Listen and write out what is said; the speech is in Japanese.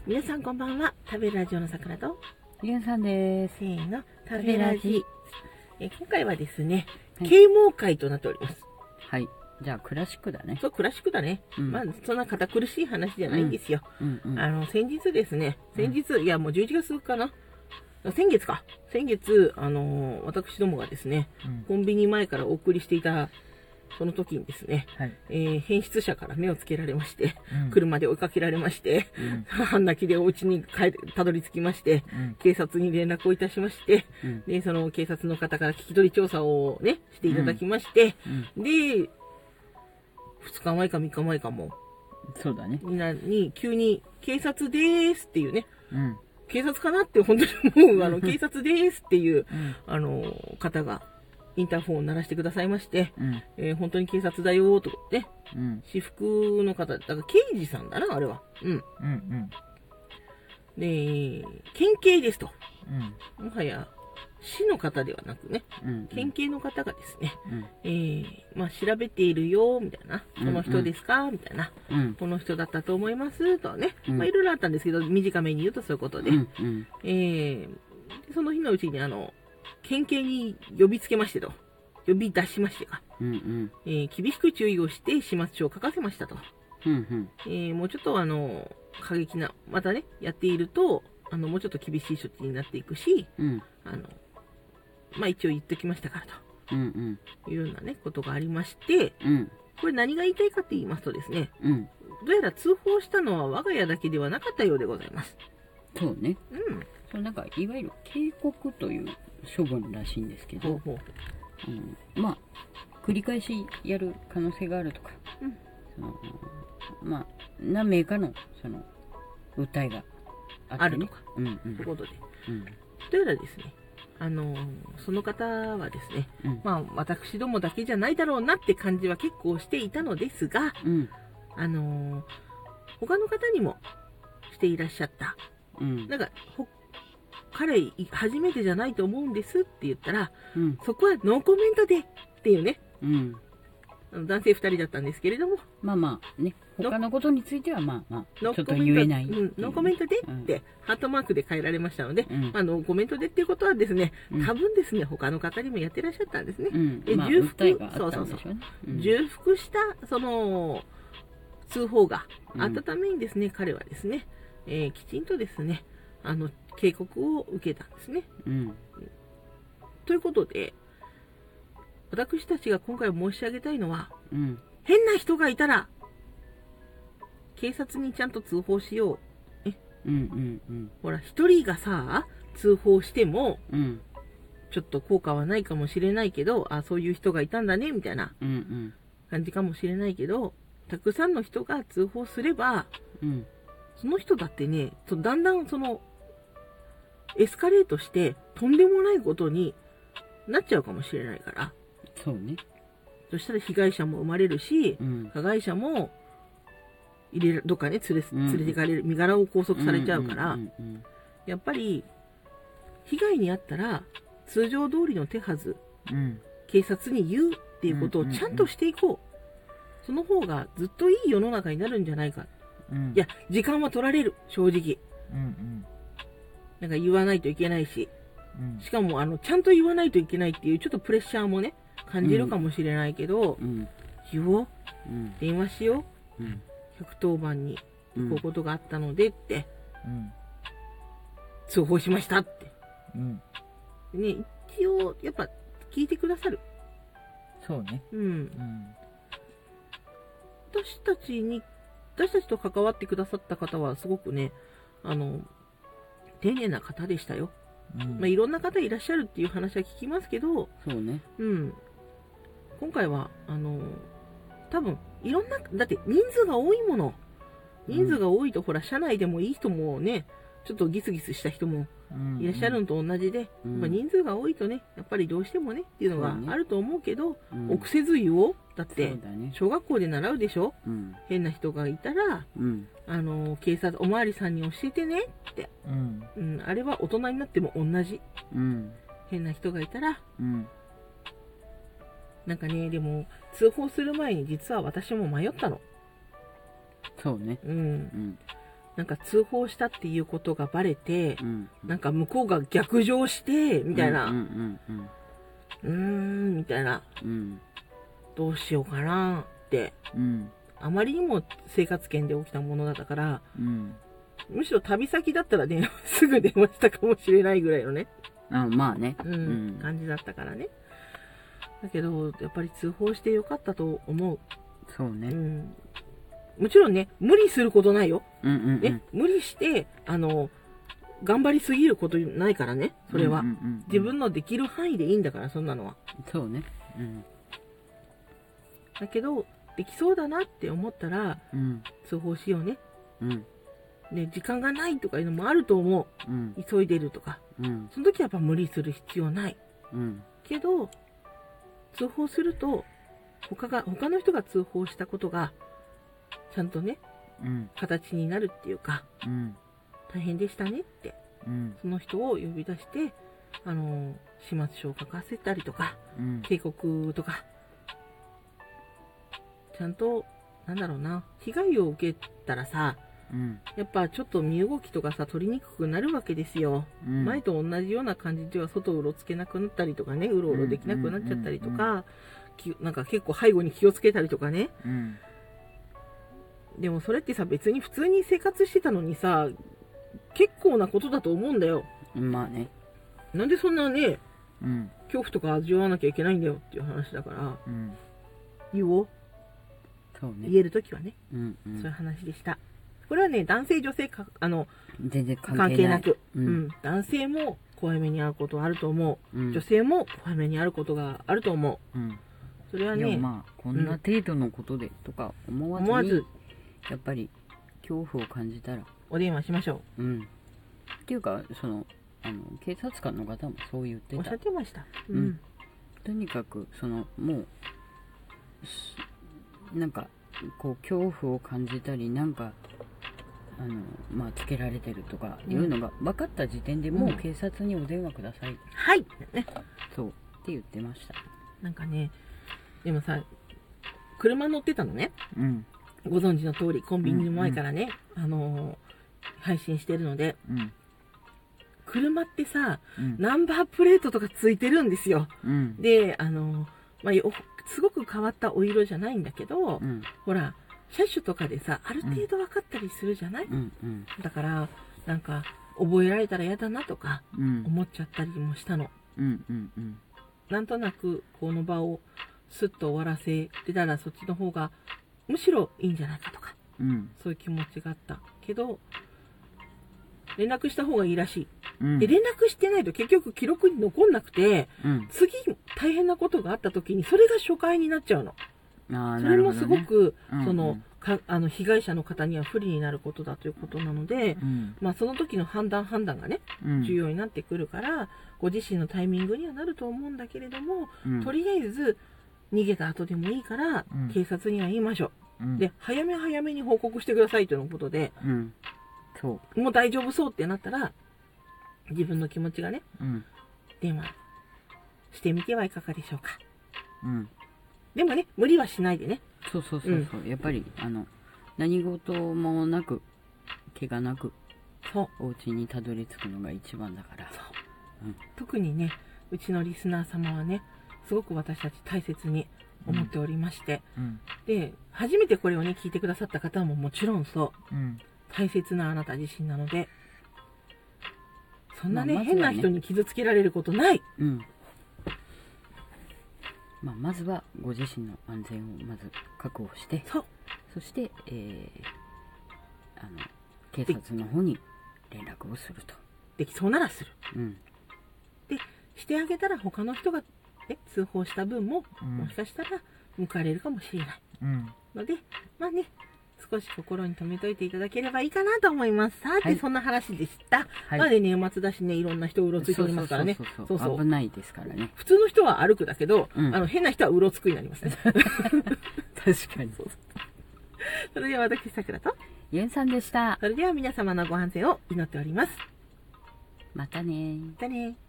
皆さんこんばんは。食べラジオのさくらとゆんさんです。 せーの、食べラジ。今回はですね、 はい啓蒙会となっております。 はい。じゃあ、クラシックだね。 そう、クラシックだね。まあ、そんな堅苦しい話じゃないんですよ。先日ですね、いやもう11月かな。先月、私どもがですね、コンビニ前からお送りしていたその時にですね、変質者から目をつけられまして、車で追いかけられまして、半泣きでお家にたどり着きまして、警察に連絡をいたしまして、で、その警察の方から聞き取り調査をね、していただきまして、で、2日前か3日前かも、 そうだね。 に、急に、警察でーすっていうね、警察かなって本当に思う、警察でーすっていう、方が、インターフォンを鳴らしてくださいまして、本当に警察だよーと言って、私服の方、だから刑事さんだな、あれは。で、県警ですと。もはや、市の方ではなくね、県警の方がですね、まあ、調べているよ、みたいな。この人ですかみたいな。この人だったと思います、とね。まあ、いろいろあったんですけど、短めに言うとそういうことで。その日のうちに県警に呼びつけましてと。呼び出しましてか。厳しく注意をして始末書を書かせましたと。もうちょっと過激な、またね、やっていると、もうちょっと厳しい処置になっていくし、まあ一応言ってきましたからと。いうようなね、ことがありまして、これ何が言いたいかって言いますとですね、どうやら通報したのは我が家だけではなかったようでございます。 そうね。そうなんかいわゆる警告という処分らしいんですけど、まあ繰り返しやる可能性があるとか、まあ何名かのその訴えがあるとか、ということで、どうやらですね、その方はですね、まあ私どもだけじゃないだろうなって感じは結構していたのですが、他の方にもしていらっしゃった。なんか彼初めてじゃないと思うんですって言ったら、そこはノーコメントでっていうね、男性2人だったんですけれども、 まあね、他のことについてはまあちょっと言えない、 ノーコメントでってハートマークで変えられましたので、ノーコメントでっていうことはですね、多分ですね、他の方にもやってらっしゃったんですね。で、重複したその通報があったためにですね、彼はですね、きちんとですね、警告を受けたんですね。ということで、私たちが今回申し上げたいのは、変な人がいたら、警察にちゃんと通報しよう。ほら、一人がさ、通報しても、ちょっと効果はないかもしれないけど、そういう人がいたんだね、みたいな感じかもしれないけど、たくさんの人が通報すれば、その人だってね、だんだんエスカレートしてとんでもないことになっちゃうかもしれないから。 そうね。 そしたら被害者も生まれるし、加害者もどっかね連れてかれる、身柄を拘束されちゃうから、やっぱり被害に遭ったら通常通りの手はず、警察に言うっていうことをちゃんとしていこう。その方がずっといい世の中になるんじゃないか。いや、時間は取られる、正直。なんか言わないといけないし、しかもちゃんと言わないといけないっていうちょっとプレッシャーもね、感じるかもしれないけど、言おう、電話しよう、110番にこういうことがあったのでって、通報しましたって。ね、一応、やっぱ聞いてくださる。 そうね。 私たちと関わってくださった方はすごくね、丁寧な方でしたよ。まあ、いろんな方いらっしゃるっていう話は聞きますけど、 そうね。 今回は、多分、いろんな、だって人数が多いもの。人数が多いと、ほら、社内でもいい人もね、ちょっとギスギスした人もいらっしゃるのと同じで、まあ、人数が多いとね、やっぱりどうしてもね、っていうのがあると思うけど、臆せず言おう。だって、小学校で習うでしょ、変な人がいたら、警察、おまわりさんに教えてねって。あれは大人になっても同じ。変な人がいたら、なんかね、でも、通報する前に実は私も迷ったの。 そうね。 なんか通報したっていうことがバレて、なんか向こうが逆上してみたいな、みたいな、どうしようかなって、あまりにも生活圏で起きたものだったから、むしろ旅先だったらね、すぐ電話したかもしれないぐらいのね。 まあね。 感じだったからね。だけど、やっぱり通報してよかったと思う。 そうね。 もちろんね、無理することないよ。無理して、頑張りすぎることないからね、それは。自分のできる範囲でいいんだから、そんなのは。 そうね。 だけど、できそうだなって思ったら、通報しようね。で、時間がないとかいうのもあると思う。急いでるとか。その時はやっぱ無理する必要ない。けど、通報すると、他の人が通報したことが、ちゃんとね、形になるっていうか、大変でしたねって、その人を呼び出して、始末書を書かせたりとか、警告とか、ちゃんと、なんだろうな、被害を受けたらさ、やっぱちょっと身動きとかさ、取りにくくなるわけですよ。前と同じような感じでは外をうろつけなくなったりとかね、うろうろできなくなっちゃったりとか、なんか結構背後に気をつけたりとかね。でもそれってさ、別に普通に生活してたのにさ、結構なことだと思うんだよ。 まあね。 なんでそんなね、恐怖とか味わわなきゃいけないんだよっていう話だから、言おう。 そうね。 言えるときはね、そういう話でした。これはね、男性女性全然関係なく、男性も怖い目に遭うことはあると思う、女性も怖い目に遭うことがあると思う、それはね、 まあこんな程度のことでとか思わずに、やっぱり恐怖を感じたらお電話しましょう。っていうか警察官の方もそう言ってた。 おっしゃってました。 とにかくもうなんかこう恐怖を感じたり、なんかまあつけられてるとかいうのが分かった時点で、もう警察にお電話ください。 はいね。 そうって言ってました。 なんかね、でもさ、車乗ってたのね。ご存知の通り、コンビニの前からね、配信してるので、車ってさ、ナンバープレートとかついてるんですよ。で、まあ、すごく変わったお色じゃないんだけど、ほら、車種とかでさ、ある程度分かったりするじゃない、だから、なんか、覚えられたら嫌だなとか、思っちゃったりもしたの。なんとなく、この場をスッと終わらせてたら、そっちの方が、むしろいいんじゃないかとか、そういう気持ちがあったけど、連絡した方がいいらしい。で、連絡してないと結局記録に残んなくて、次大変なことがあった時にそれが初回になっちゃうの。それもすごく、被害者の方には不利になることだということなので、まあその時の判断がね、重要になってくるから、ご自身のタイミングにはなると思うんだけれども、とりあえず逃げた後でもいいから、警察には言いましょう。で、早めに報告してくださいということで、もう大丈夫そうってなったら、自分の気持ちがね、電話してみてはいかがでしょうか。でもね、無理はしないでね。 そう。やっぱり、何事もなく、怪我なく、お家にたどり着くのが一番だから。 特にね、うちのリスナー様はね、すごく私たち大切に思っておりまして、で、初めてこれをね、聞いてくださった方ももちろんそう、大切なあなた自身なので、そんなね、変な人に傷つけられることない。 まずはご自身の安全をまず確保して、そして、警察の方に連絡をすると。 できそうならする。で、してあげたら他の人が、ね、通報した分も、もしかしたら報われるかもしれない。ので、まあね、少し心に留めといていただければいいかなと思います。さて、そんな話でした。まあね、年末だしね、いろんな人うろついておりますからね。 危ないですからね。 普通の人は歩くだけど、変な人はうろつくになりますね。 確かに。 それでは私、さくらと、 ゆんさんでした。 それでは皆様のご安全を祈っております。 またね。 またね。